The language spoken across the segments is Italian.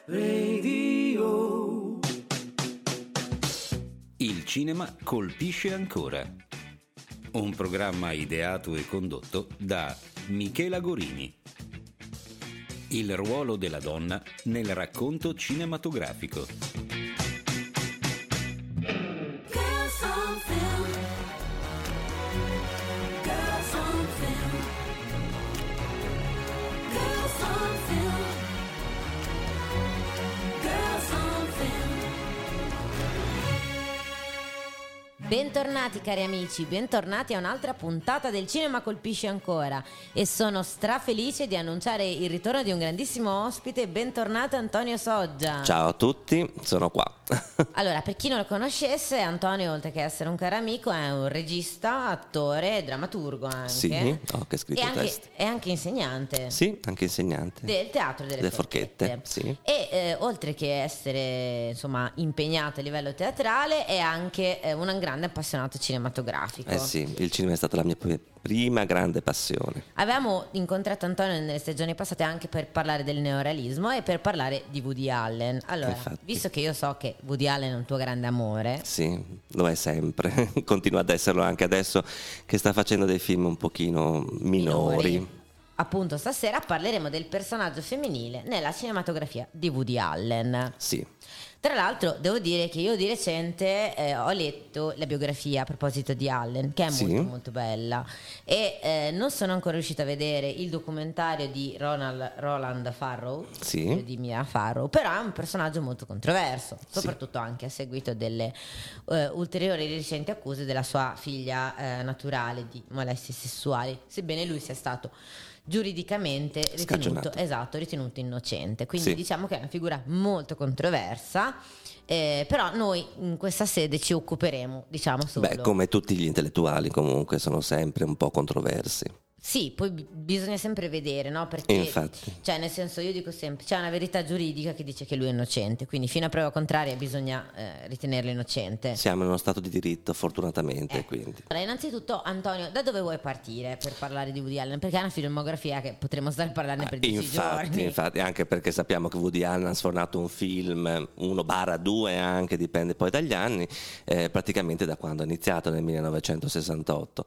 Radio. Il cinema colpisce ancora. Un programma ideato e condotto da Michela Gorini. Il ruolo della donna nel racconto cinematografico. Girls on film. Girls on film. Girls on film. Girls on film. Bentornati cari amici, bentornati a un'altra puntata del Cinema Colpisce Ancora e sono strafelice di annunciare il ritorno di un grandissimo ospite. Bentornato Antonio Soggia. Ciao a tutti, sono qua. Allora, per chi non lo conoscesse, Antonio, oltre che essere un caro amico, è un regista, attore, drammaturgo anche. Sì, che ha scritto testi. È anche insegnante. Sì, anche insegnante. Del teatro delle forchette. Sì. E oltre che essere insomma impegnato a livello teatrale, è anche un grande appassionato cinematografico. Sì, il cinema è stata la mia prima grande passione. Avevamo incontrato Antonio nelle stagioni passate anche per parlare del neorealismo e per parlare di Woody Allen. Allora, Infatti. visto che io so che Woody Allen è un tuo grande amore. Sì, lo è sempre. Continua ad esserlo anche adesso che sta facendo dei film un pochino minori. Appunto, stasera parleremo del personaggio femminile nella cinematografia di Woody Allen. Sì. Tra l'altro devo dire che io di recente ho letto la biografia a proposito di Allen, che è Sì. molto molto bella, e non sono ancora riuscita a vedere il documentario di Roland Farrow, Sì. di Mia Farrow, però è un personaggio molto controverso, soprattutto anche a seguito delle ulteriori recenti accuse della sua figlia naturale di molestie sessuali, sebbene lui sia stato giuridicamente ritenuto innocente, quindi Sì. diciamo che è una figura molto controversa, però noi in questa sede ci occuperemo, diciamo, solo. Beh, come tutti gli intellettuali comunque sono sempre un po' controversi. Sì, poi bisogna sempre vedere, no? Perché, Infatti. cioè, nel senso, io dico sempre, c'è una verità giuridica che dice che lui è innocente, quindi fino a prova contraria bisogna ritenerlo innocente. Siamo in uno stato di diritto, fortunatamente, quindi. Allora, innanzitutto, Antonio, da dove vuoi partire per parlare di Woody Allen? Perché è una filmografia che potremmo stare parlando per 10 giorni. Infatti, anche perché sappiamo che Woody Allen ha sfornato un film, 1/2 anche, dipende poi dagli anni, praticamente da quando ha iniziato nel 1968.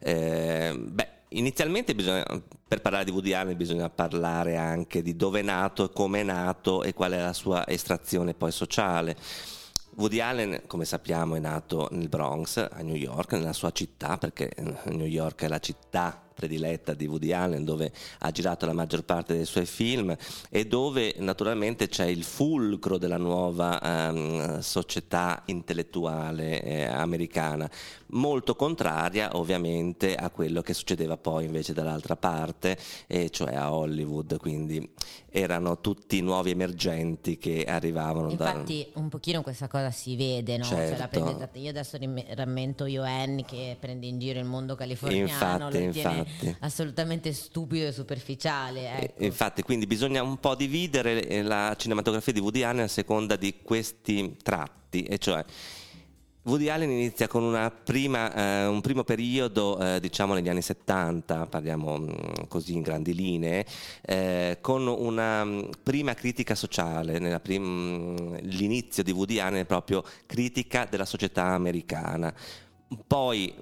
Inizialmente per parlare di Woody Allen bisogna parlare anche di dove è nato, come è nato e qual è la sua estrazione poi sociale. Woody Allen, come sappiamo, è nato nel Bronx, a New York, nella sua città, perché New York è la città prediletta di Woody Allen, dove ha girato la maggior parte dei suoi film e dove naturalmente c'è il fulcro della nuova società intellettuale americana, molto contraria ovviamente a quello che succedeva poi invece dall'altra parte, cioè a Hollywood, quindi erano tutti nuovi emergenti che arrivavano. Infatti un pochino questa cosa si vede, no? Cioè, Certo. io adesso rammento Annie che prende in giro il mondo californiano, lo tiene assolutamente stupido e superficiale, ecco. Infatti, quindi bisogna un po' dividere la cinematografia di Woody Allen a seconda di questi tratti, e cioè Woody Allen inizia con un primo periodo, diciamo negli anni 70, parliamo così in grandi linee, con una prima critica sociale. L'inizio di Woody Allen è proprio critica della società americana. Poi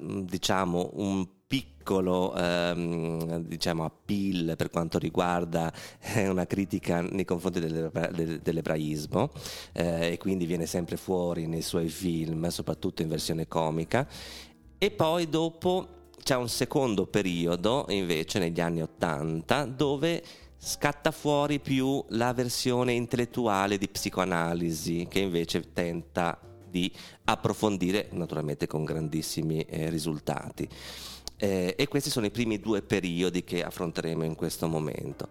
un piccolo appeal per quanto riguarda una critica nei confronti dell'ebraismo, e quindi viene sempre fuori nei suoi film, soprattutto in versione comica. E poi dopo c'è un secondo periodo invece negli anni 80 dove scatta fuori più la versione intellettuale di psicoanalisi, che invece tenta di approfondire, naturalmente con grandissimi risultati. E questi sono i primi due periodi che affronteremo in questo momento.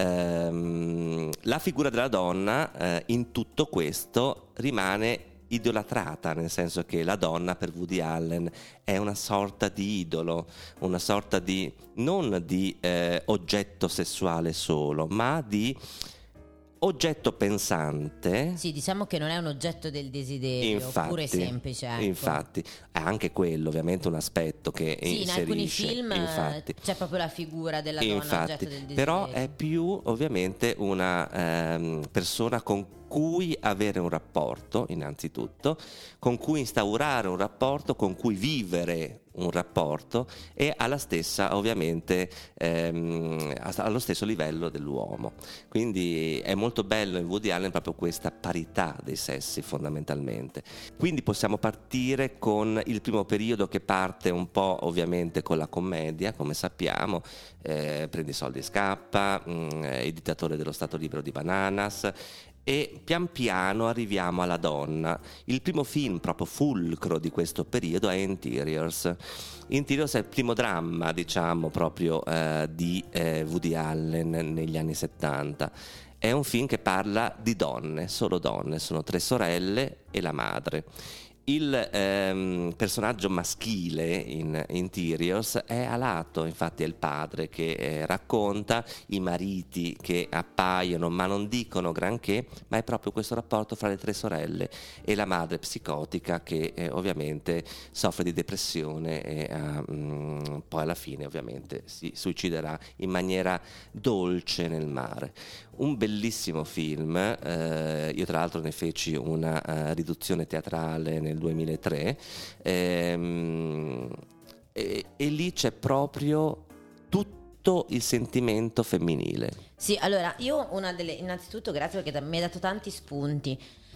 La figura della donna in tutto questo rimane idolatrata, nel senso che la donna per Woody Allen è una sorta di idolo, una sorta di non di oggetto sessuale solo, ma di oggetto pensante. Sì, diciamo che non è un oggetto del desiderio, pure semplice, ecco. Infatti, è anche quello ovviamente un aspetto che sì, in alcuni inserisce. film Infatti. c'è proprio la figura della donna oggetto del desiderio. Però è più ovviamente una persona con cui avere un rapporto, innanzitutto, con cui instaurare un rapporto, con cui vivere un rapporto, e alla stessa ovviamente allo stesso livello dell'uomo. Quindi è molto bello in Woody Allen proprio questa parità dei sessi, fondamentalmente. Quindi possiamo partire con il primo periodo, che parte un po' ovviamente con la commedia, come sappiamo, Prendi i soldi e scappa, Il dittatore dello Stato libero di Bananas, e pian piano arriviamo alla donna. Il primo film proprio fulcro di questo periodo è Interiors. Interiors è il primo dramma, diciamo, proprio di Woody Allen negli anni 70. È un film che parla di donne, solo donne, sono 3 sorelle e la madre. Il personaggio maschile in Interiors è Alato, infatti è il padre che racconta, i mariti che appaiono ma non dicono granché, ma è proprio questo rapporto fra le 3 sorelle e la madre psicotica che ovviamente soffre di depressione e poi alla fine ovviamente si suiciderà in maniera dolce nel mare. Un bellissimo film, io tra l'altro ne feci una riduzione teatrale nel 2003 e lì c'è proprio tutto il sentimento femminile. Sì, allora io innanzitutto grazie perché mi hai dato tanti spunti.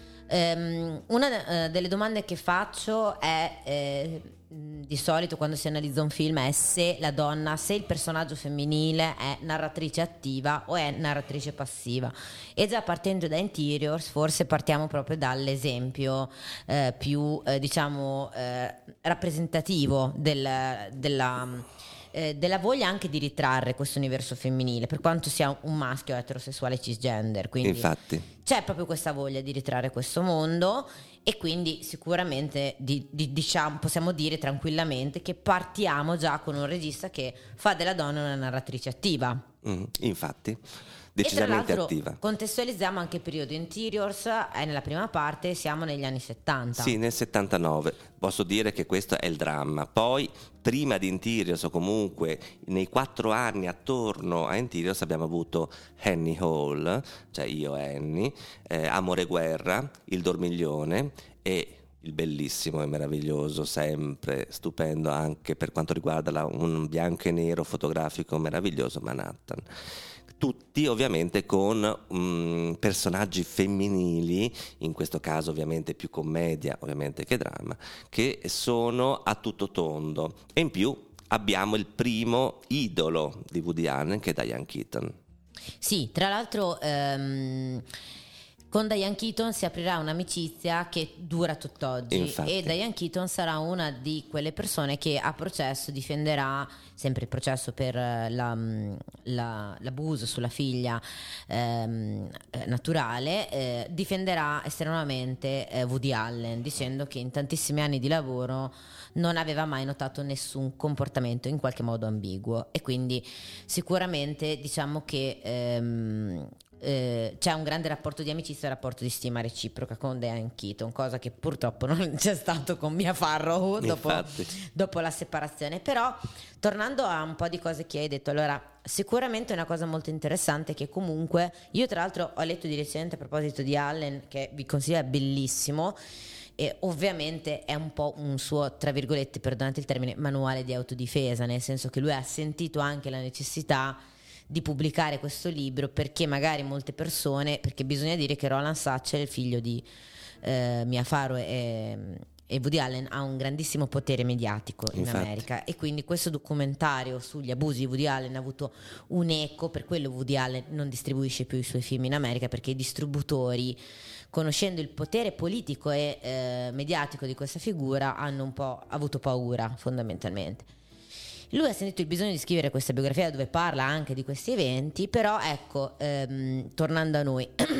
Una delle domande che faccio è di solito quando si analizza un film è se il personaggio femminile è narratrice attiva o è narratrice passiva, e già partendo da Interiors forse partiamo proprio dall'esempio più rappresentativo della voglia anche di ritrarre questo universo femminile, per quanto sia un maschio eterosessuale cisgender. Quindi infatti c'è proprio questa voglia di ritrarre questo mondo, e quindi sicuramente diciamo, possiamo dire tranquillamente che partiamo già con un regista che fa della donna una narratrice attiva. Infatti, decisamente decisamente e tra l'altro attiva. Contestualizziamo anche il periodo. Interiors è nella prima parte, siamo negli anni 70. Sì, nel 79. Posso dire che questo è il dramma. Poi, prima di Interiors, o comunque nei 4 anni attorno a Interiors, abbiamo avuto Annie Hall, cioè Io e Annie, Amore e guerra, Il dormiglione e il bellissimo e meraviglioso, sempre stupendo anche per quanto riguarda un bianco e nero fotografico meraviglioso, Manhattan. Tutti ovviamente con personaggi femminili, in questo caso ovviamente più commedia ovviamente che dramma, che sono a tutto tondo. E in più abbiamo il primo idolo di Woody Allen, che è Diane Keaton. Sì, tra l'altro con Diane Keaton si aprirà un'amicizia che dura tutt'oggi. Infatti. E Diane Keaton sarà una di quelle persone che a processo difenderà, sempre il processo per l'abuso sulla figlia naturale, difenderà estremamente Woody Allen, dicendo che in tantissimi anni di lavoro non aveva mai notato nessun comportamento in qualche modo ambiguo, e quindi sicuramente diciamo che c'è un grande rapporto di amicizia e un rapporto di stima reciproca con Diane Keaton, cosa che purtroppo non c'è stato con Mia Farrow dopo la separazione. Però tornando a un po' di cose che hai detto, allora sicuramente una cosa molto interessante che comunque io tra l'altro ho letto di recente a proposito di Allen, che vi consiglio, è bellissimo, e ovviamente è un po' un suo, tra virgolette, perdonate il termine, manuale di autodifesa, nel senso che lui ha sentito anche la necessità di pubblicare questo libro perché magari molte persone, perché bisogna dire che Roland Satchel, il figlio di Mia Farrow e Woody Allen, ha un grandissimo potere mediatico in America, e quindi questo documentario sugli abusi di Woody Allen ha avuto un eco. Per quello Woody Allen non distribuisce più i suoi film in America, perché i distributori, conoscendo il potere politico e mediatico di questa figura, hanno un po' avuto paura fondamentalmente. Lui ha sentito il bisogno di scrivere questa biografia dove parla anche di questi eventi, però ecco, tornando a noi,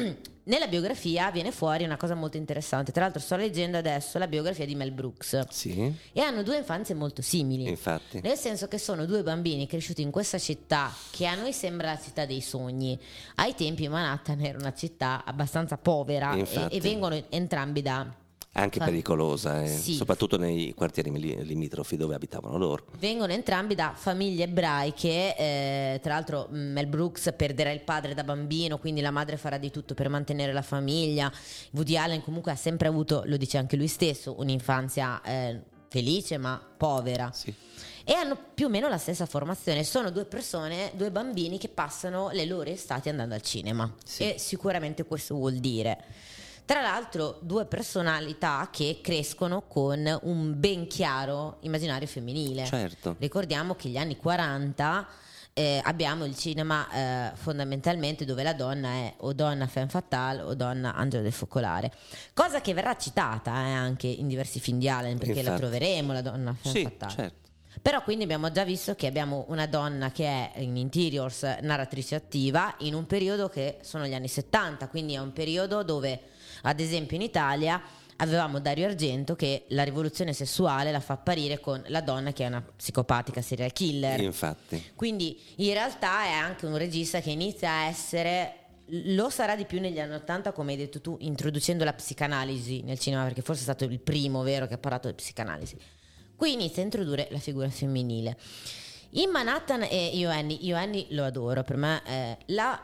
nella biografia viene fuori una cosa molto interessante. Tra l'altro sto leggendo adesso la biografia di Mel Brooks Sì, e hanno due infanzie molto simili. infatti. Nel senso che sono due bambini cresciuti in questa città che a noi sembra la città dei sogni. Ai tempi Manhattan era una città abbastanza povera Infatti. e vengono entrambi da... Anche pericolosa, Sì. soprattutto nei quartieri limitrofi dove abitavano loro. Vengono entrambi da famiglie ebraiche, tra l'altro Mel Brooks perderà il padre da bambino, quindi la madre farà di tutto per mantenere la famiglia. Woody Allen comunque ha sempre avuto, lo dice anche lui stesso, un'infanzia felice ma povera. Sì. E hanno più o meno la stessa formazione. Sono due persone, due bambini che passano le loro estati andando al cinema. Sì. E sicuramente questo vuol dire. Tra l'altro due personalità che crescono con un ben chiaro immaginario femminile. Certo. Ricordiamo che gli anni 40 abbiamo il cinema fondamentalmente dove la donna è o donna femme fatale o donna angelo del focolare, cosa che verrà citata anche in diversi film di Allen, perché la Infatti. troveremo la donna femme Sì, fatale. certo. Però quindi abbiamo già visto che abbiamo una donna che è in interiors narratrice attiva in un periodo che sono gli anni 70, quindi è un periodo dove ad esempio in Italia avevamo Dario Argento che la rivoluzione sessuale la fa apparire con la donna che è una psicopatica serial killer. Infatti. Quindi in realtà è anche un regista che inizia a essere, lo sarà di più negli anni 80 come hai detto tu, introducendo la psicanalisi nel cinema, perché forse è stato il primo vero che ha parlato di psicanalisi. Qui inizia a introdurre la figura femminile. In Manhattan e Io Annie lo adoro, per me è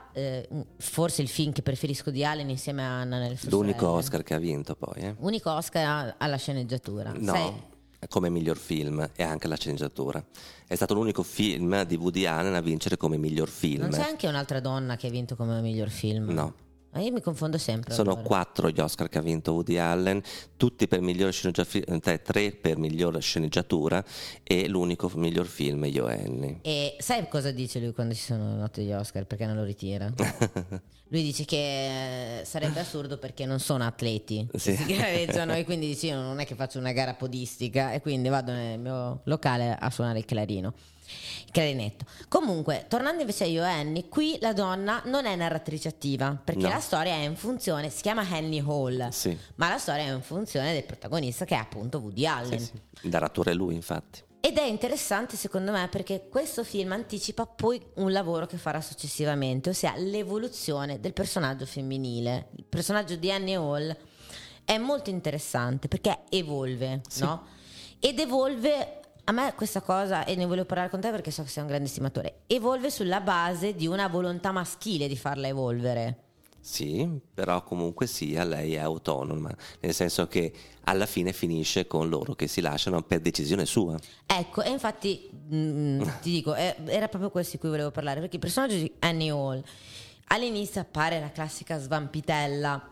forse il film che preferisco di Allen insieme a Anna nelle sue L'unico sorelle. Oscar che ha vinto poi, Unico Oscar alla sceneggiatura. No, Sai- come miglior film e anche la sceneggiatura. È stato l'unico film di Woody Allen a vincere come miglior film. non c'è anche un'altra donna che ha vinto come miglior film? No. Ma io mi confondo sempre. Sono allora. 4 gli Oscar che ha vinto Woody Allen, tutti per miglior sceneggiatura, 3 per miglior sceneggiatura e l'unico miglior film Io Annie. E sai cosa dice lui quando ci sono notte gli Oscar? Perché non lo ritira? Lui dice che sarebbe assurdo perché non sono atleti che Sì. si gareggiano e quindi dice io non è che faccio una gara podistica e quindi vado nel mio locale a suonare il clarinetto. Comunque, tornando invece a Io Annie, qui la donna non è narratrice attiva perché No. la storia è in funzione, si chiama Annie Hall, Sì. ma la storia è in funzione del protagonista che è appunto Woody Allen. Sì. Il narratore è lui, infatti. Ed è interessante secondo me perché questo film anticipa poi un lavoro che farà successivamente, ossia l'evoluzione del personaggio femminile. Il personaggio di Annie Hall è molto interessante perché evolve, no? Ed evolve, a me questa cosa, e ne volevo parlare con te perché so che sei un grande estimatore, evolve sulla base di una volontà maschile di farla evolvere. Sì, però comunque sia, lei è autonoma, nel senso che alla fine finisce con loro che si lasciano per decisione sua. Ecco, e infatti ti dico, era proprio questo di cui volevo parlare, perché il personaggio di Annie Hall all'inizio appare la classica svampitella,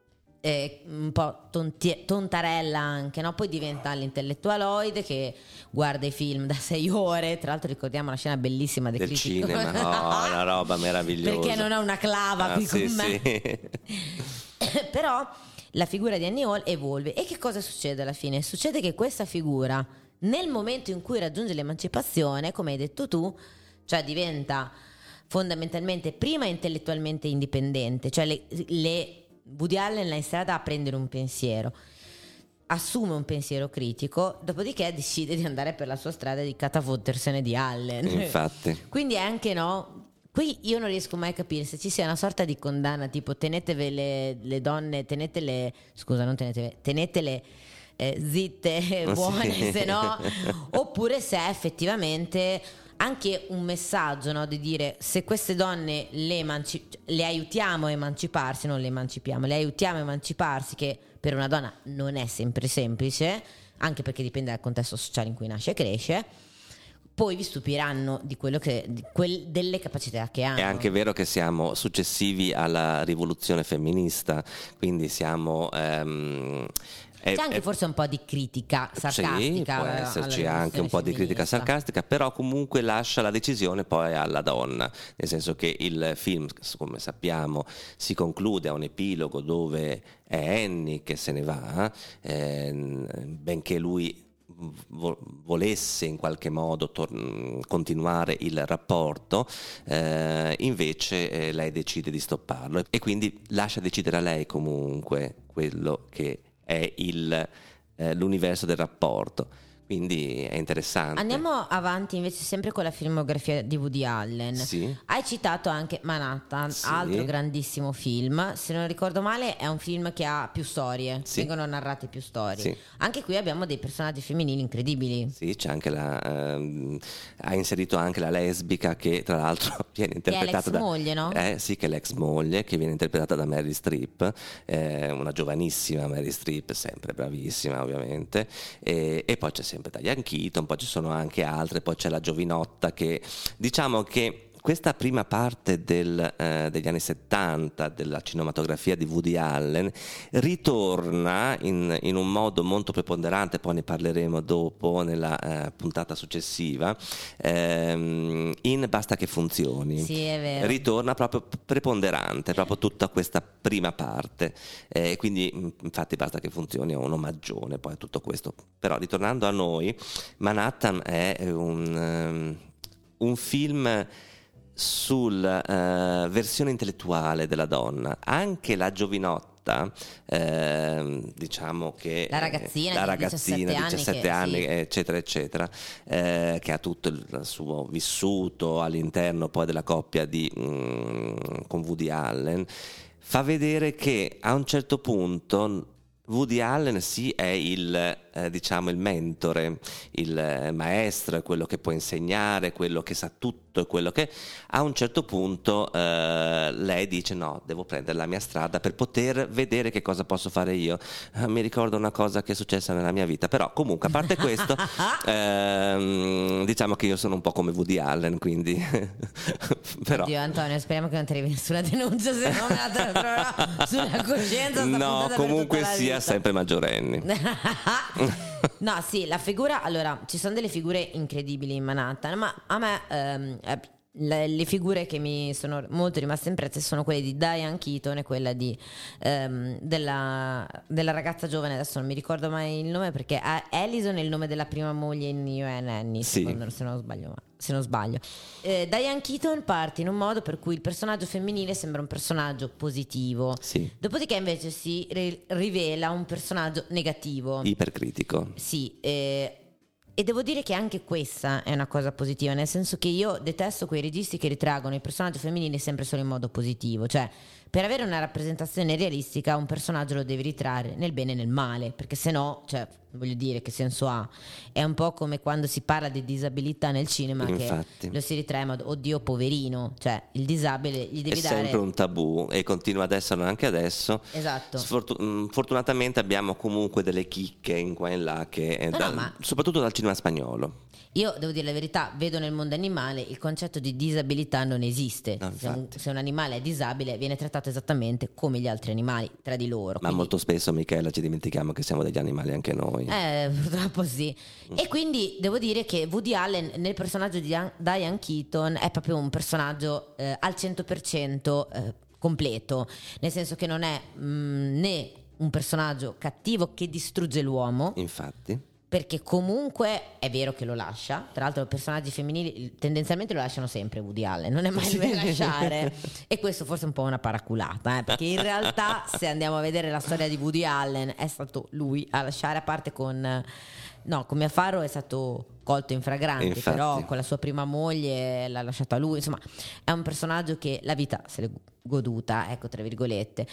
un po' tontarella anche, no? Poi diventa l'intellettualoide che guarda i film da 6 ore, tra l'altro ricordiamo la scena bellissima del Del critico. cinema, no, una roba meravigliosa. Perché non ha una clava qui sì, con me. sì. Però la figura di Annie Hall evolve e che cosa succede alla fine? Succede che questa figura nel momento in cui raggiunge l'emancipazione, come hai detto tu, cioè diventa fondamentalmente prima intellettualmente indipendente, cioè Woody Allen la instrada a prendere un pensiero, assume un pensiero critico, dopodiché decide di andare per la sua strada di catafottersene di Allen. Infatti. Quindi è anche, no, qui io non riesco mai a capire se ci sia una sorta di condanna tipo tenetevi le donne, tenetele zitte, buone, Sì. se no, oppure se è effettivamente anche un messaggio, no, di dire se queste donne le aiutiamo a emanciparsi, non le emancipiamo, le aiutiamo a emanciparsi, che per una donna non è sempre semplice, anche perché dipende dal contesto sociale in cui nasce e cresce, poi vi stupiranno di quello delle capacità che hanno. È anche vero che siamo successivi alla rivoluzione femminista, quindi siamo... C'è anche forse un po' di critica sarcastica. Sì, può alla esserci anche un po' di critica femminista. sarcastica, però comunque lascia la decisione poi alla donna, nel senso che il film, come sappiamo, si conclude a un epilogo dove è Annie che se ne va, benché lui volesse in qualche modo continuare il rapporto, invece lei decide di stopparlo e quindi lascia decidere a lei comunque quello che è l'universo del rapporto. Quindi è interessante. Andiamo avanti invece sempre con la filmografia di Woody Allen. Sì. Hai citato anche Manhattan, Sì. altro grandissimo film. Se non ricordo male è un film che ha più storie, Sì. vengono narrate più storie. Sì. Anche qui abbiamo dei personaggi femminili incredibili. Sì, c'è anche ha inserito anche la lesbica che tra l'altro viene interpretata l'ex moglie, no? Sì, che è l'ex moglie, che viene interpretata da Meryl Streep, una giovanissima Meryl Streep, sempre bravissima ovviamente, e poi c'è sempre Diane Keaton, poi ci sono anche altre, poi c'è la giovinotta che diciamo che questa prima parte degli anni 70 della cinematografia di Woody Allen ritorna in un modo molto preponderante, poi ne parleremo dopo nella puntata successiva, in Basta che funzioni. Sì, è vero. Ritorna proprio preponderante, proprio tutta questa prima parte, quindi infatti Basta che funzioni è un omaggione poi a tutto questo. Però ritornando a noi, Manhattan è un film sulla versione intellettuale della donna. Anche la giovinotta, diciamo che La ragazzina di 17 anni, sì. eccetera eccetera, che ha tutto il suo vissuto all'interno poi della coppia con Woody Allen, fa vedere che a un certo punto Woody Allen sì è il mentore, il maestro, è quello che può insegnare, quello che sa tutto, è quello che a un certo punto lei dice no, devo prendere la mia strada per poter vedere che cosa posso fare io. Mi ricordo una cosa che è successa nella mia vita, però comunque a parte questo diciamo che io sono un po' come Woody Allen, quindi però Oddio Antonio, speriamo che non ti arrivi nessuna denuncia, se no me la troverò sulla coscienza. no, comunque sia sempre maggiorenni. No, sì, la figura, allora, ci sono delle figure incredibili in Manhattan, ma a me le figure che mi sono molto rimaste impresse sono quelle di Diane Keaton e quella della ragazza giovane, adesso non mi ricordo mai il nome perché Allison è il nome della prima moglie in Io e Nanny, Sì. se non sbaglio. Diane Keaton parte in un modo per cui il personaggio femminile sembra un personaggio positivo, Sì. dopodiché invece si rivela un personaggio negativo. Ipercritico. Sì, e devo dire che anche questa è una cosa positiva, nel senso che io detesto quei registi che ritraggono il personaggio femminile sempre solo in modo positivo, cioè per avere una rappresentazione realistica un personaggio lo devi ritrarre nel bene e nel male, perché se no, cioè, voglio dire, che senso ha? È un po' come quando si parla di disabilità nel cinema, Infatti. che lo si ritrae in modo oddio poverino, cioè il disabile gli devi È dare... sempre un tabù e continua ad esserlo anche adesso. Esatto. Fortunatamente abbiamo comunque delle chicche in qua e in là che ma- soprattutto dal cinema spagnolo. Io devo dire la verità, vedo nel mondo animale il concetto di disabilità non esiste. No, Se un animale è disabile viene trattato esattamente come gli altri animali tra di loro. Ma quindi- molto spesso, Michela, ci dimentichiamo che siamo degli animali anche noi. Purtroppo sì. E quindi devo dire che Woody Allen nel personaggio di Diane Keaton è proprio un personaggio al 100% completo, nel senso che non è né un personaggio cattivo che distrugge l'uomo, Infatti. perché comunque è vero che lo lascia. Tra l'altro i personaggi femminili tendenzialmente lo lasciano sempre Woody Allen, non è mai lui a lasciare, e questo forse è un po' una paraculata, perché in realtà se andiamo a vedere la storia di Woody Allen è stato lui a lasciare, a parte con Mia Farrow è stato colto in fragranti, Infatti. però con la sua prima moglie l'ha lasciata lui, insomma è un personaggio che la vita se l'è goduta, ecco, tra virgolette.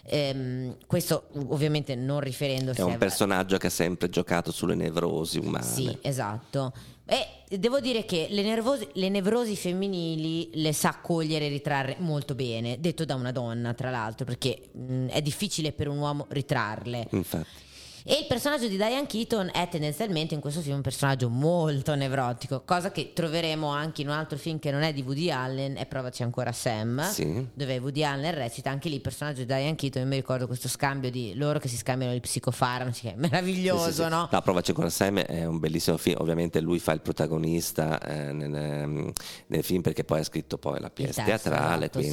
Questo ovviamente non riferendosi È un a... personaggio che ha sempre giocato sulle nevrosi umane. Sì, esatto. E devo dire che le nevrosi femminili le sa cogliere e ritrarre molto bene, detto da una donna, tra l'altro, perché è difficile per un uomo ritrarle. Infatti. E il personaggio di Diane Keaton è tendenzialmente in questo film un personaggio molto nevrotico, cosa che troveremo anche in un altro film che non è di Woody Allen, è Provaci ancora Sam, Sì. dove Woody Allen recita. Anche lì il personaggio di Diane Keaton, io mi ricordo questo scambio di loro che si scambiano gli psicofarmaci, che è meraviglioso, Sì, sì, sì. no? No, Provaci con Sam è un bellissimo film. Ovviamente lui fa il protagonista nel film, perché poi ha scritto poi la pièce testo, teatrale, esatto, quindi sì.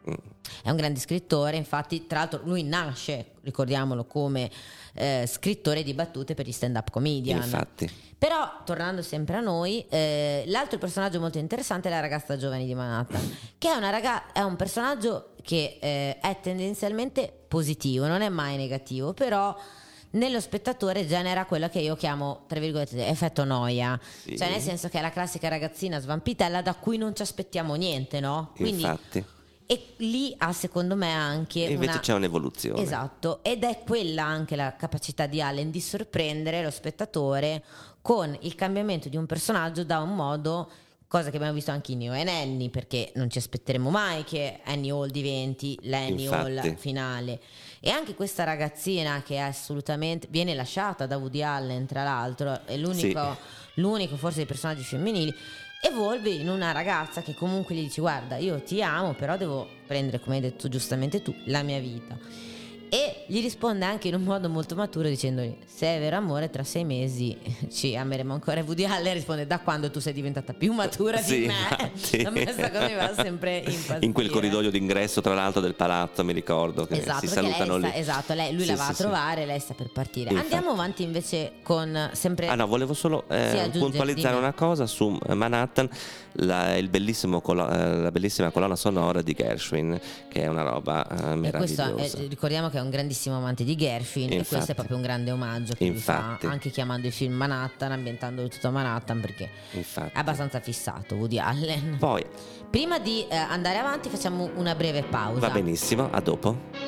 È un grande scrittore, infatti, tra l'altro lui nasce, ricordiamolo, come scrittore di battute per gli stand-up comedian. Infatti. Però, tornando sempre a noi, l'altro personaggio molto interessante è la ragazza giovane di Manhattan, che è un personaggio che è tendenzialmente positivo, non è mai negativo, però nello spettatore genera quello che io chiamo, tra virgolette, effetto noia. Sì. Cioè, nel senso che è la classica ragazzina svampitella da cui non ci aspettiamo niente, no? Quindi, Infatti. e lì ha, secondo me, anche E invece c'è un'evoluzione. Esatto, ed è quella anche la capacità di Allen di sorprendere lo spettatore con il cambiamento di un personaggio da un modo, cosa che abbiamo visto anche in Neo e Annie, perché non ci aspetteremo mai che Annie Hall diventi l'Annie Infatti. Hall finale. E anche questa ragazzina che è assolutamente viene lasciata da Woody Allen, tra l'altro, è l'unico forse dei personaggi femminili, evolve in una ragazza che comunque gli dice: guarda, io ti amo, però devo prendere, come hai detto giustamente tu, la mia vita. E gli risponde anche in un modo molto maturo dicendogli: se è vero amore, tra 6 mesi ci ameremo ancora. E Woody Allen risponde: da quando tu sei diventata più matura Sì, di me. infatti. A me questa cosa mi va sempre impazzire. In quel corridoio d'ingresso, tra l'altro, del palazzo, mi ricordo che Esatto, si perché salutano lei lì. esatto, lui Sì, la va sì, a sì. trovare, lei sta per partire. Infatti. Andiamo avanti invece con sempre. Ah no, volevo solo aggiungere, puntualizzare dimmi. una cosa su Manhattan, la bellissima colonna sonora di Gershwin, che è una roba E questo meravigliosa. ricordiamo che è un grandissimo amante di Gershwin, e questo Infatti. è proprio un grande omaggio che gli fa, Infatti. anche chiamando il film Manhattan, ambientandolo tutto a Manhattan, perché Infatti. è abbastanza fissato Woody Allen. Poi Prima di andare avanti facciamo una breve pausa. va benissimo, a dopo.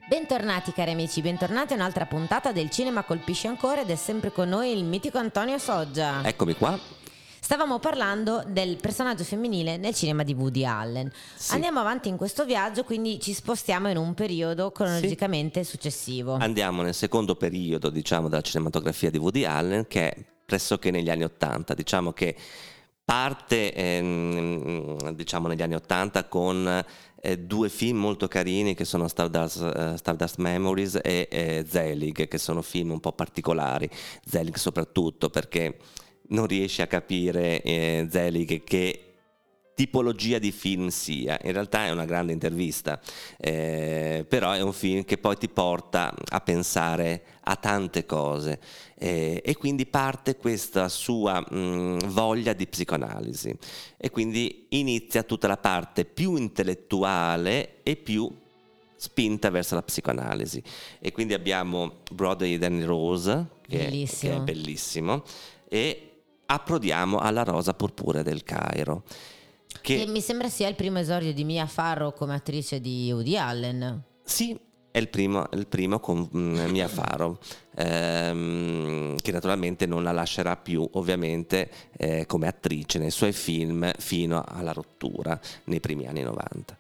Bentornati cari amici, bentornati a un'altra puntata del Cinema Colpisce Ancora ed è sempre con noi il mitico Antonio Soggia. Eccomi qua. Stavamo parlando del personaggio femminile nel cinema di Woody Allen. Sì. Andiamo avanti in questo viaggio, quindi ci spostiamo in un periodo cronologicamente successivo. Andiamo nel secondo periodo, diciamo, della cinematografia di Woody Allen, che è pressoché negli anni '80. Diciamo che parte diciamo negli anni '80 con due film molto carini che sono Stardust Memories e Zelig, che sono film un po' particolari. Zelig soprattutto perché non riesci a capire Zelig che tipologia di film sia. In realtà è una grande intervista, però è un film che poi ti porta a pensare a tante cose, e quindi parte questa sua voglia di psicoanalisi, e quindi inizia tutta la parte più intellettuale e più spinta verso la psicoanalisi. E quindi abbiamo Broadway Danny Rose, che è bellissimo, e approdiamo alla Rosa Purpurea del Cairo, che mi sembra sia il primo esordio di Mia Farrow come attrice di Woody Allen. Sì, è il primo con Mia Farrow, che naturalmente non la lascerà più ovviamente come attrice nei suoi film fino alla rottura nei primi anni '90.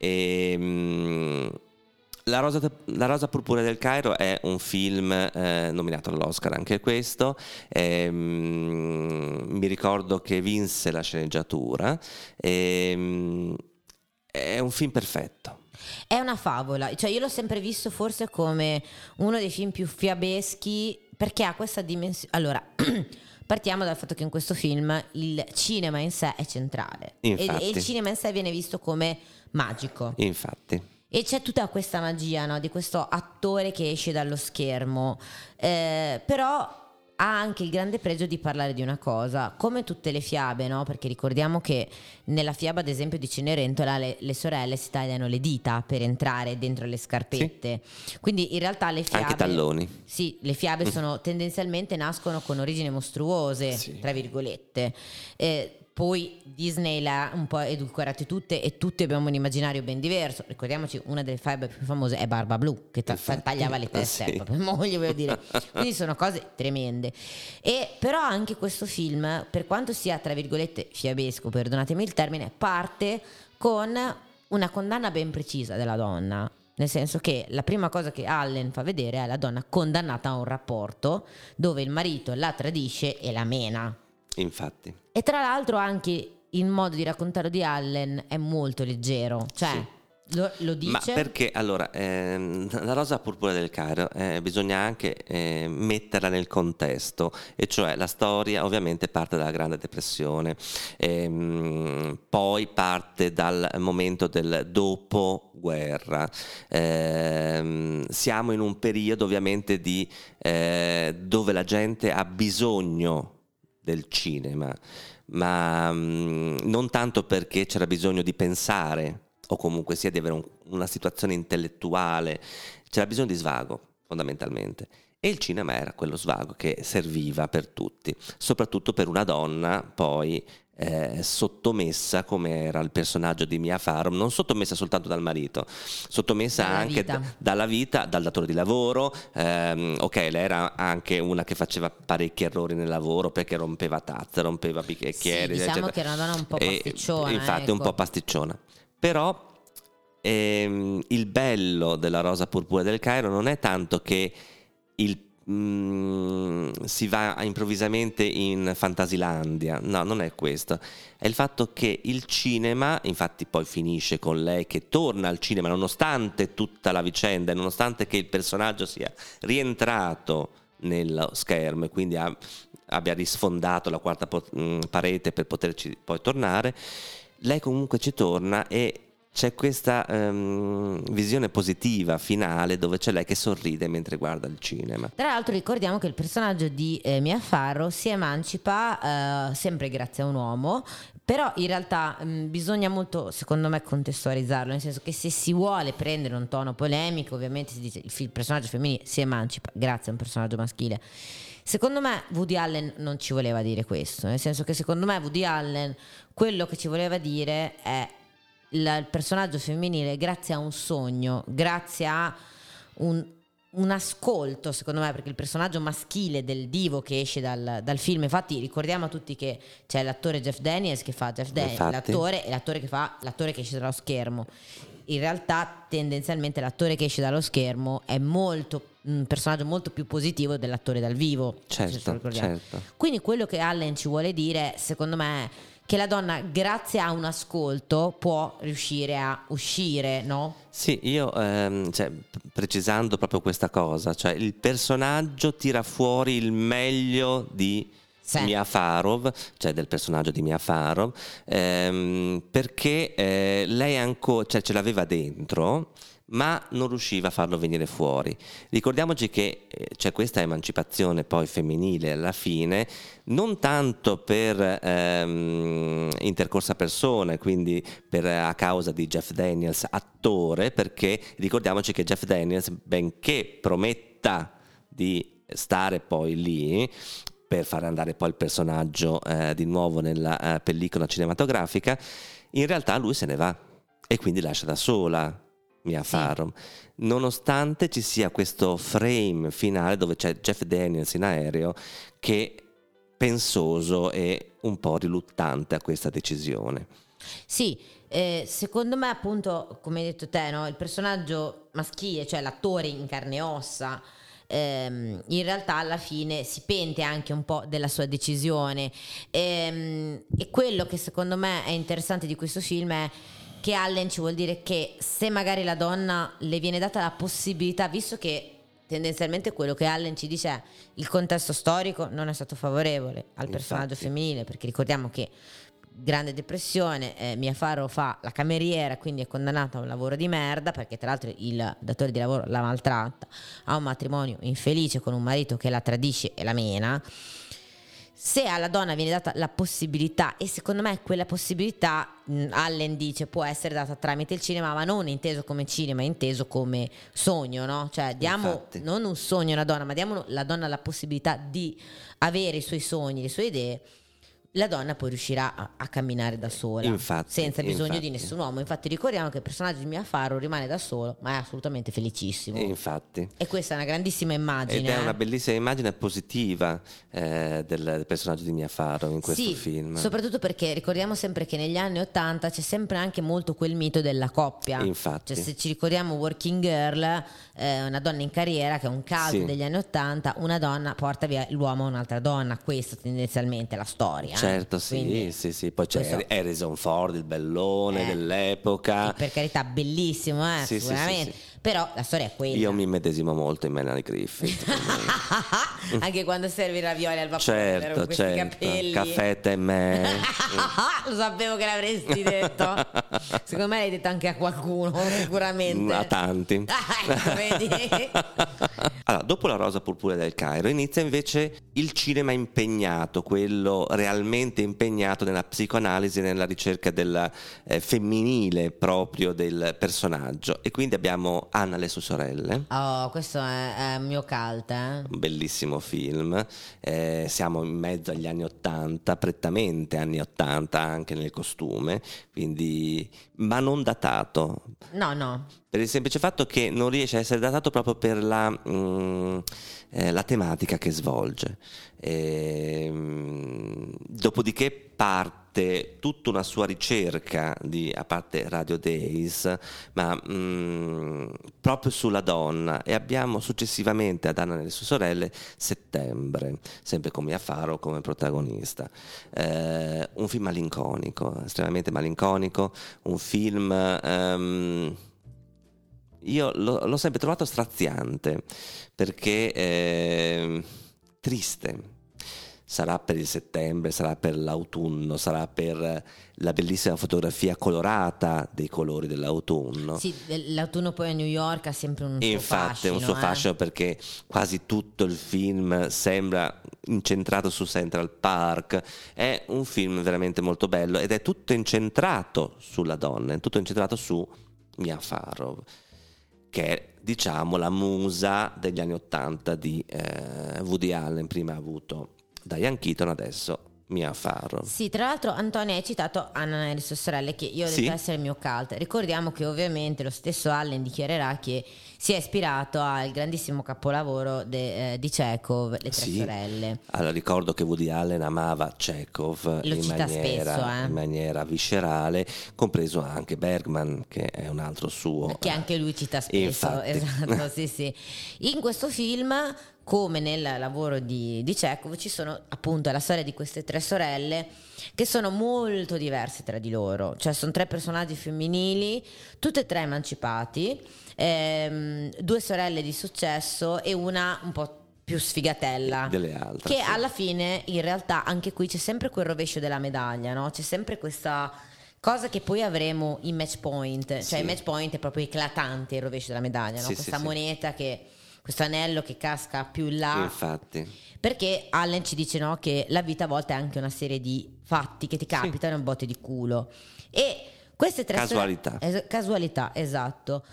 La Rosa Purpurea del Cairo è un film nominato all'Oscar anche questo, mi ricordo che vinse la sceneggiatura, è un film perfetto. È una favola, cioè io l'ho sempre visto forse come uno dei film più fiabeschi perché ha questa dimensione. Allora, partiamo dal fatto che in questo film il cinema in sé è centrale e il cinema in sé viene visto come magico. Infatti. E c'è tutta questa magia, no? Di questo attore che esce dallo schermo, però ha anche il grande pregio di parlare di una cosa, come tutte le fiabe, no? Perché ricordiamo che nella fiaba, ad esempio, di Cenerentola le sorelle si tagliano le dita per entrare dentro le scarpette. Sì. Quindi in realtà le fiabe, anche talloni. Sì, le fiabe sono tendenzialmente nascono con origini mostruose, sì, tra virgolette. Poi Disney le ha un po' edulcorate tutte e tutti abbiamo un immaginario ben diverso. Ricordiamoci, una delle fiabe più famose è Barba Blu, che tagliava le teste sì, per moglie, voglio dire. Quindi sono cose tremende. E però anche questo film, per quanto sia tra virgolette fiabesco, perdonatemi il termine, parte con una condanna ben precisa della donna. Nel senso che la prima cosa che Allen fa vedere è la donna condannata a un rapporto dove il marito la tradisce e la mena. Infatti. E tra l'altro anche il modo di raccontarlo di Allen è molto leggero, cioè sì, lo dice. Ma perché allora la Rosa Purpurea del Cairo bisogna anche metterla nel contesto, e cioè la storia ovviamente parte dalla Grande Depressione, poi parte dal momento del dopoguerra, siamo in un periodo ovviamente dove la gente ha bisogno del cinema, ma non tanto perché c'era bisogno di pensare o comunque sia di avere una situazione intellettuale, c'era bisogno di svago fondamentalmente, e il cinema era quello svago che serviva per tutti, soprattutto per una donna poi sottomessa, come era il personaggio di Mia Farrow, non sottomessa soltanto dal marito, sottomessa dalla anche dalla vita, dal datore di lavoro. Ok, lei era anche una che faceva parecchi errori nel lavoro perché rompeva tazze, rompeva bicchieri, sì, diciamo eccetera. Che era una donna un po' pasticciona, infatti ecco. Un po' pasticciona, però il bello della Rosa Purpurea del Cairo non è tanto che si va improvvisamente in Fantasilandia, no, non è questo, è il fatto che il cinema, infatti poi finisce con lei che torna al cinema nonostante tutta la vicenda e nonostante che il personaggio sia rientrato nello schermo e quindi abbia risfondato la quarta parete per poterci poi tornare, lei comunque ci torna e c'è questa visione positiva finale dove c'è lei che sorride mentre guarda il cinema. Tra l'altro ricordiamo che il personaggio di Mia Farrow si emancipa sempre grazie a un uomo, però in realtà bisogna molto, secondo me, contestualizzarlo, nel senso che se si vuole prendere un tono polemico, ovviamente si dice il personaggio femminile si emancipa grazie a un personaggio maschile. Secondo me Woody Allen non ci voleva dire questo, nel senso che secondo me Woody Allen quello che ci voleva dire è il personaggio femminile grazie a un sogno, grazie a un ascolto, secondo me, perché il personaggio maschile del divo che esce dal film, infatti ricordiamo a tutti che c'è l'attore Jeff Daniels che fa Jeff Daniels, Infatti. l'attore, e l'attore che fa l'attore che esce dallo schermo. In realtà tendenzialmente l'attore che esce dallo schermo è un personaggio molto più positivo dell'attore dal vivo, se ce lo Certo, ricordiamo. certo. Quindi quello che Allen ci vuole dire, secondo me, è che la donna, grazie a un ascolto, può riuscire a uscire, no? Sì, io precisando proprio questa cosa, cioè il personaggio tira fuori il meglio di Sì. Mia Farrow, cioè del personaggio di Mia Farrow, perché lei ancora, cioè, ce l'aveva dentro, ma non riusciva a farlo venire fuori. Ricordiamoci che c'è questa emancipazione poi femminile alla fine, non tanto per intercorsa persona, quindi a causa di Jeff Daniels attore, perché ricordiamoci che Jeff Daniels, benché prometta di stare poi lì per far andare poi il personaggio di nuovo nella pellicola cinematografica, in realtà lui se ne va e quindi lascia da sola Mia Farrow, nonostante ci sia questo frame finale dove c'è Jeff Daniels in aereo che pensoso e un po' riluttante a questa decisione. Sì, secondo me appunto, come hai detto te, no? Il personaggio maschile, cioè l'attore in carne e ossa, in realtà alla fine si pente anche un po' della sua decisione, e quello che secondo me è interessante di questo film è che Allen ci vuol dire che se magari la donna le viene data la possibilità, visto che tendenzialmente quello che Allen ci dice è il contesto storico non è stato favorevole al personaggio Infatti. femminile, perché ricordiamo che Grande Depressione, Mia Farrow fa la cameriera, quindi è condannata a un lavoro di merda, perché tra l'altro il datore di lavoro la maltratta, ha un matrimonio infelice con un marito che la tradisce e la mena. Se alla donna viene data la possibilità, e secondo me quella possibilità, Allen dice, può essere data tramite il cinema, ma non inteso come cinema, inteso come sogno, no? Cioè diamo Infatti. non un sogno alla donna, ma diamo alla donna la possibilità di avere i suoi sogni, le sue idee. La donna poi riuscirà a camminare da sola, Infatti, senza bisogno infatti. di nessun uomo. Infatti ricordiamo che il personaggio di Mia Farrow rimane da solo, ma è assolutamente felicissimo. Infatti. E questa è una grandissima immagine. Ed è una bellissima immagine positiva del personaggio di Mia Farrow in questo sì, film. soprattutto perché ricordiamo sempre che negli anni '80 c'è sempre anche molto quel mito della coppia. Infatti. Cioè, se ci ricordiamo Working Girl, una donna in carriera, che è un caso Sì. degli anni '80, una donna porta via l'uomo a un'altra donna. Questa tendenzialmente è la storia. Certo, sì, Quindi, sì. Poi c'è questo- Harrison Ford, il bellone Eh, dell'epoca. per carità, bellissimo, Sì, sì, sicuramente. sì. Però la storia è quella. Io mi immedesimo molto in Melanie Griffith. Anche quando servi i ravioli al vapore certo, con questi certo. capelli. Caffè, tè, me. Lo sapevo che l'avresti detto. Secondo me l'hai detto anche a qualcuno, sicuramente. A tanti. Ecco, vedi? Allora, dopo La rosa purpurea del Cairo inizia invece il cinema impegnato, quello realmente impegnato nella psicoanalisi e nella ricerca del femminile proprio del personaggio. E quindi abbiamo Anna e le sue sorelle. Oh, questo è un mio cult, eh? Un bellissimo film, siamo in mezzo agli anni '80, prettamente anni '80 anche nel costume, quindi, ma non datato, No. per il semplice fatto che non riesce a essere datato proprio per la tematica che svolge. Dopodiché parte tutta una sua ricerca a parte Radio Days, ma proprio sulla donna, e abbiamo successivamente ad Anna e le sue sorelle Settembre, sempre con Mia Farrow come protagonista. Un film malinconico, estremamente malinconico, un film io l'ho sempre trovato straziante, perché triste. Sarà per il settembre, sarà per l'autunno, sarà per la bellissima fotografia colorata dei colori dell'autunno. Sì, l'autunno poi a New York ha sempre un suo Infatti fascino. è un suo fascino, perché quasi tutto il film sembra incentrato su Central Park. È un film veramente molto bello ed è tutto incentrato sulla donna, è tutto incentrato su Mia Farrow, che è, diciamo, la musa degli anni '80 di Woody Allen. Prima ha avuto Diane Keaton, adesso Mia Farrow. Sì, tra l'altro Antonia hai citato Anna e le sue sorelle, che io Sì. devo essere il mio cult. Ricordiamo che ovviamente lo stesso Allen dichiarerà che si è ispirato al grandissimo capolavoro di Chekhov, Le tre Sì. sorelle. Allora, ricordo che Woody Allen amava Chekhov Lo in cita maniera, spesso, in maniera viscerale, compreso anche Bergman, che è un altro suo. Che anche lui cita spesso, Infatti. esatto, sì, sì. In questo film, come nel lavoro di Chekhov, ci sono appunto la storia di queste tre sorelle che sono molto diverse tra di loro, cioè sono tre personaggi femminili, tutte e tre emancipati, due sorelle di successo e una un po' più sfigatella Delle altre, che sì. alla fine in realtà anche qui c'è sempre quel rovescio della medaglia, no? C'è sempre questa cosa che poi avremo in Match Point, cioè Sì. in Match Point è proprio eclatante il rovescio della medaglia, no? Sì, Questa sì, sì. moneta che questo anello che casca più in là, Infatti, perché Allen ci dice, no, che la vita a volte è anche una serie di fatti che ti capitano in botte di culo, e queste tre Casualità. casualità, esatto.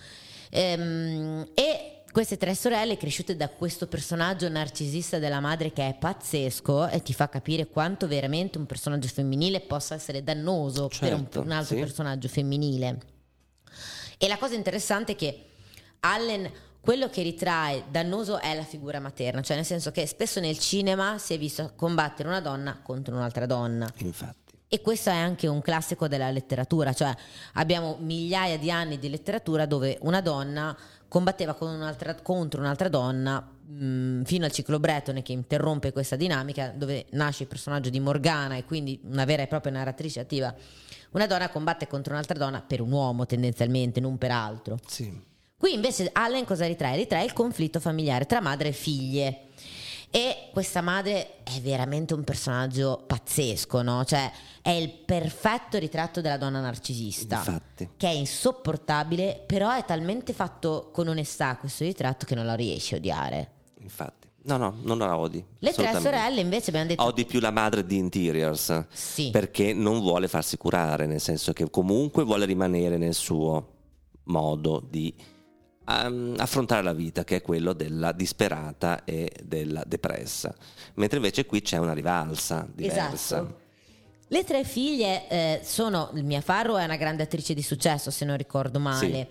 E queste tre sorelle cresciute da questo personaggio narcisista della madre che è pazzesco e ti fa capire quanto veramente un personaggio femminile possa essere dannoso per Certo, un altro sì. personaggio femminile. E la cosa interessante è che Allen, quello che ritrae dannoso è la figura materna, cioè nel senso che spesso nel cinema si è visto combattere una donna contro un'altra donna. infatti. E questo è anche un classico della letteratura, cioè abbiamo migliaia di anni di letteratura dove una donna combatteva contro un'altra donna, fino al ciclo Bretone che interrompe questa dinamica, dove nasce il personaggio di Morgana e quindi una vera e propria narratrice attiva. Una donna combatte contro un'altra donna per un uomo tendenzialmente, non per altro. Sì. Qui invece Allen cosa ritrae? Ritrae il conflitto familiare tra madre e figlie. E questa madre è veramente un personaggio pazzesco, no? Cioè è il perfetto ritratto della donna narcisista, Infatti. che è insopportabile, però è talmente fatto con onestà questo ritratto che non la riesci a odiare. Infatti. No, non la odi. Le tre assolutamente. sorelle invece abbiamo detto Odi più la madre di Interiors, Sì. perché non vuole farsi curare, nel senso che comunque vuole rimanere nel suo modo di affrontare la vita, che è quello della disperata e della depressa, mentre invece qui c'è una rivalsa diversa. Esatto. Le tre figlie sono Mia Farrow è una grande attrice di successo, se non ricordo male.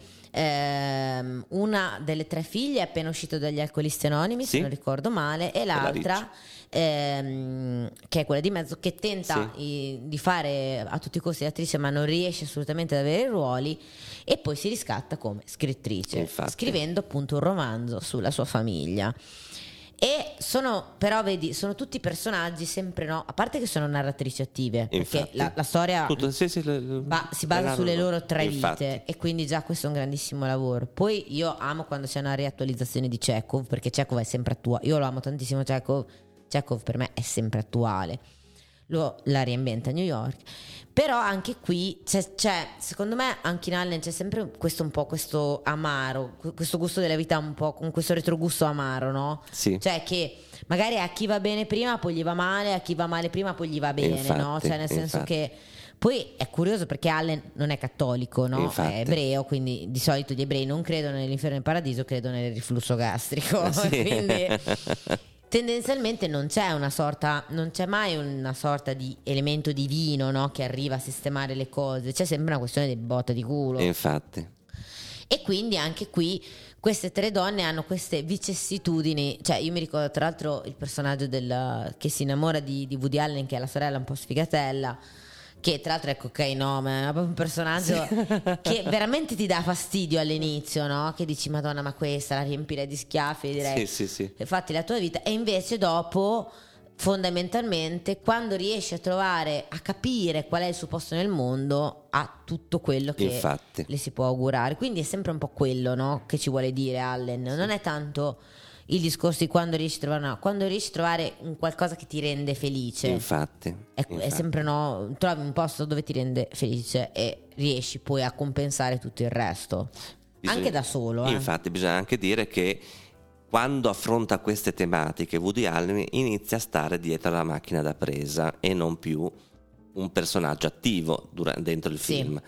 Una delle tre figlie è appena uscita dagli Alcolisti Anonimi, se Sì. non ricordo male, e l'altra che è quella di mezzo, che tenta di fare a tutti i costi l'attrice ma non riesce assolutamente ad avere i ruoli, e poi si riscatta come scrittrice, Infatti. scrivendo appunto un romanzo sulla sua famiglia. E sono, però vedi, sono tutti personaggi sempre, no, a parte che sono narratrici attive, perché Infatti. la storia Tutto- sì, si basa sulle loro tre Infatti. vite, e quindi già questo è un grandissimo lavoro. Poi io amo quando c'è una riattualizzazione di Chekhov, perché Chekhov è sempre attuale. Io lo amo tantissimo Chekhov per me è sempre attuale. La riambienta a New York. Però anche qui c'è, secondo me anche in Allen c'è sempre questo un po' questo amaro, questo gusto della vita un po' con questo retrogusto amaro, no? Sì. Cioè che magari a chi va bene prima poi gli va male, a chi va male prima poi gli va bene, Infatti, no? Cioè nel senso infatti. che poi è curioso perché Allen non è cattolico, no? Infatti. È ebreo, quindi di solito gli ebrei non credono nell'inferno e nel paradiso, credono nel riflusso gastrico. Sì. Quindi tendenzialmente non c'è mai una sorta di elemento divino, no? Che arriva a sistemare le cose, c'è sempre una questione di botta di culo. Infatti. E quindi anche qui queste tre donne hanno queste vicissitudini. Cioè io mi ricordo tra l'altro il personaggio che si innamora di Woody Allen, che è la sorella un po' sfigatella, che tra l'altro è cocainomane, è proprio un personaggio che veramente ti dà fastidio all'inizio, no? Che dici Madonna, ma questa la riempirei di schiaffi, direi Sì. fatti la tua vita. E invece dopo, fondamentalmente, quando riesci a capire qual è il suo posto nel mondo, ha tutto quello che Infatti. le si può augurare. Quindi è sempre un po' quello, no? Che ci vuole dire Allen. Non è tanto il discorso di quando riesci a trovare un qualcosa che ti rende felice. Infatti. È sempre, no, trovi un posto dove ti rende felice e riesci poi a compensare tutto il resto. Anche da solo. Infatti bisogna anche dire che quando affronta queste tematiche Woody Allen inizia a stare dietro la macchina da presa e non più un personaggio attivo dentro il Sì. film,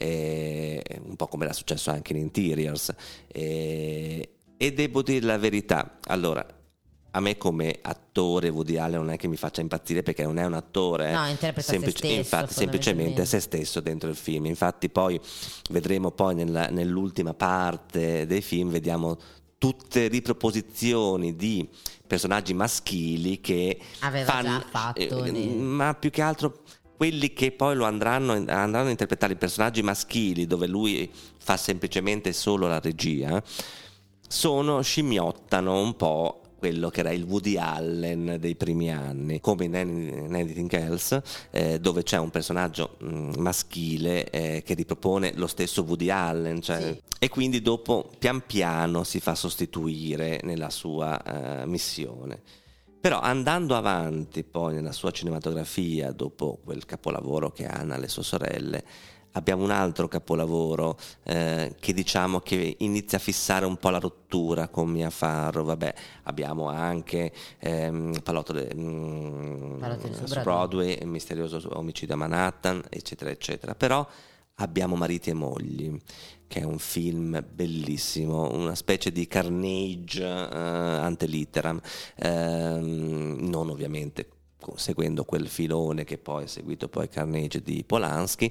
un po' come era successo anche in Interiors, e devo dire la verità, allora a me come attore Woody Allen non è che mi faccia impazzire, perché non è un attore, No, interpreta se stesso, infatti semplicemente se stesso dentro il film. Infatti poi vedremo poi nell'ultima parte dei film, vediamo tutte riproposizioni di personaggi maschili che Aveva già fatto ma più che altro quelli che poi lo andranno a interpretare i personaggi maschili, dove lui fa semplicemente solo la regia, scimmiottano un po' quello che era il Woody Allen dei primi anni, come in Anything Else, dove c'è un personaggio maschile che ripropone lo stesso Woody Allen, cioè, Sì. E quindi dopo pian piano si fa sostituire nella sua missione. Però andando avanti poi nella sua cinematografia, dopo quel capolavoro che ha Anna e le sue sorelle, abbiamo un altro capolavoro che diciamo che inizia a fissare un po' la rottura con Mia Farrow. Vabbè, abbiamo anche Palotto su Broadway, Il misterioso omicidio a Manhattan, eccetera eccetera. Però abbiamo Mariti e mogli, che è un film bellissimo, una specie di Carnage ante litteram, non ovviamente seguendo quel filone che poi è seguito poi Carnage di Polanski,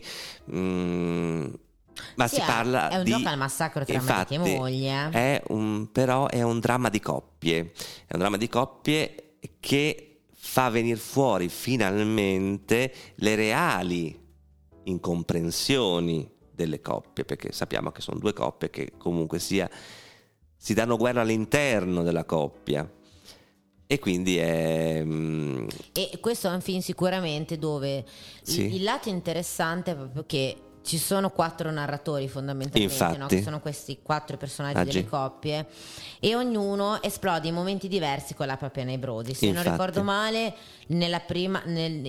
ma Sì, si parla è un di gioco al massacro tra mariti e moglie. Però è un dramma di coppie, che fa venire fuori finalmente le reali incomprensioni delle coppie, perché sappiamo che sono due coppie che comunque sia si danno guerra all'interno della coppia. E quindi E questo è un film sicuramente dove Sì. il lato interessante è proprio che ci sono 4 narratori fondamentalmente, Infatti. no? Che sono questi 4 personaggi delle coppie, e ognuno esplode in momenti diversi con la propria nevrosi. Se non Infatti. ricordo male, la prima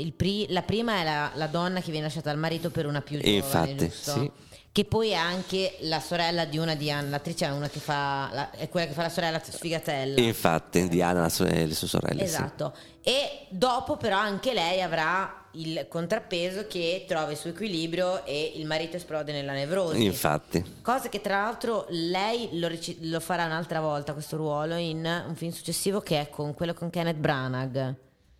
è la donna che viene lasciata dal marito per una più giovane, Infatti, giusto? sì. Che poi è anche la sorella di una di Anna, l'attrice è una che è quella che fa la sorella sfigatella. Infatti, Diana e le sue sorelle. Esatto. E dopo però anche lei avrà il contrappeso che trova il suo equilibrio e il marito esplode nella nevrosi. Infatti. Cosa che tra l'altro lei lo farà un'altra volta questo ruolo in un film successivo, che è quello con Kenneth Branagh,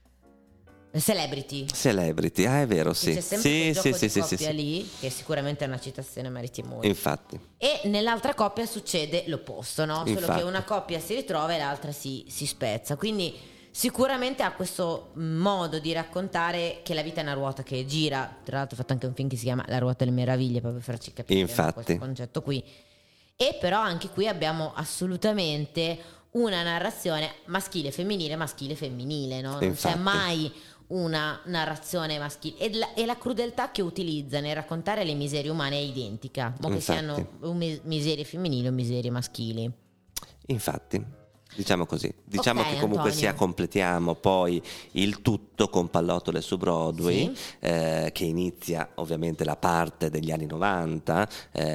Celebrity. È vero, sì. C'è sempre quel gioco di coppia sì. lì, che sicuramente è una citazione a Mariti e moglie. Infatti. E nell'altra coppia succede l'opposto, no? Solo Infatti. che una coppia si ritrova e l'altra si spezza. Quindi sicuramente ha questo modo di raccontare che la vita è una ruota che gira. Tra l'altro ho fatto anche un film che si chiama La ruota delle meraviglie, proprio per farci capire, no, Infatti. questo concetto qui. E però anche qui abbiamo assolutamente una narrazione maschile femminile, no? Non Infatti. c'è mai una narrazione maschile, e la crudeltà che utilizza nel raccontare le miserie umane è identica, che Infatti. siano miserie femminili o miserie maschili. Infatti, diciamo così. Diciamo Ok, che comunque Antonio. completiamo poi il tutto con Pallottole su Broadway, Sì. che inizia ovviamente la parte degli anni 90,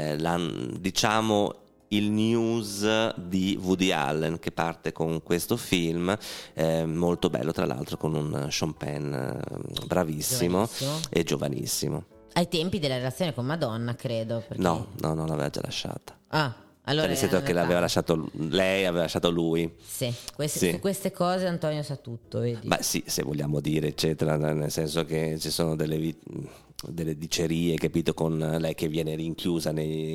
diciamo il news di Woody Allen, che parte con questo film molto bello, tra l'altro con un Sean Penn bravissimo Giovanissimo. e giovanissimo. Ai tempi della relazione con Madonna, credo. Perché... No, l'aveva già lasciata. Ah, allora Nel senso che l'aveva lasciato lei, aveva lasciato lui. Sì, Sì. su queste cose Antonio sa tutto, vedi? Beh sì, se vogliamo dire eccetera, nel senso che ci sono delle dicerie, capito, con lei che viene rinchiusa nei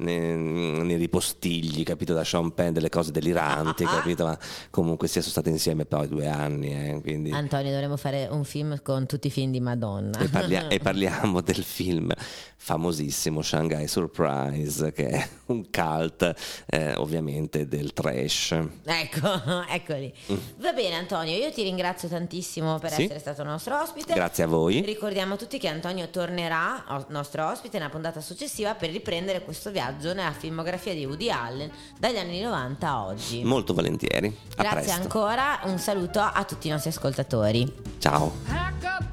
ripostigli, capito, da Sean Penn, delle cose deliranti, capito, ma comunque sono state insieme poi 2 anni, quindi... Antonio, dovremmo fare un film con tutti i film di Madonna. E parliamo del film famosissimo Shanghai Surprise, che è un cult ovviamente del trash. Ecco, eccoli. Va bene Antonio, io ti ringrazio tantissimo per Sì. essere stato nostro ospite. Grazie a voi. Ricordiamo a tutti che Antonio tornerà nostro ospite nella puntata successiva per riprendere questo viaggio nella filmografia di Woody Allen dagli anni 90 a oggi. Molto volentieri. A Grazie presto. ancora, un saluto a tutti i nostri ascoltatori. Ciao. Pack up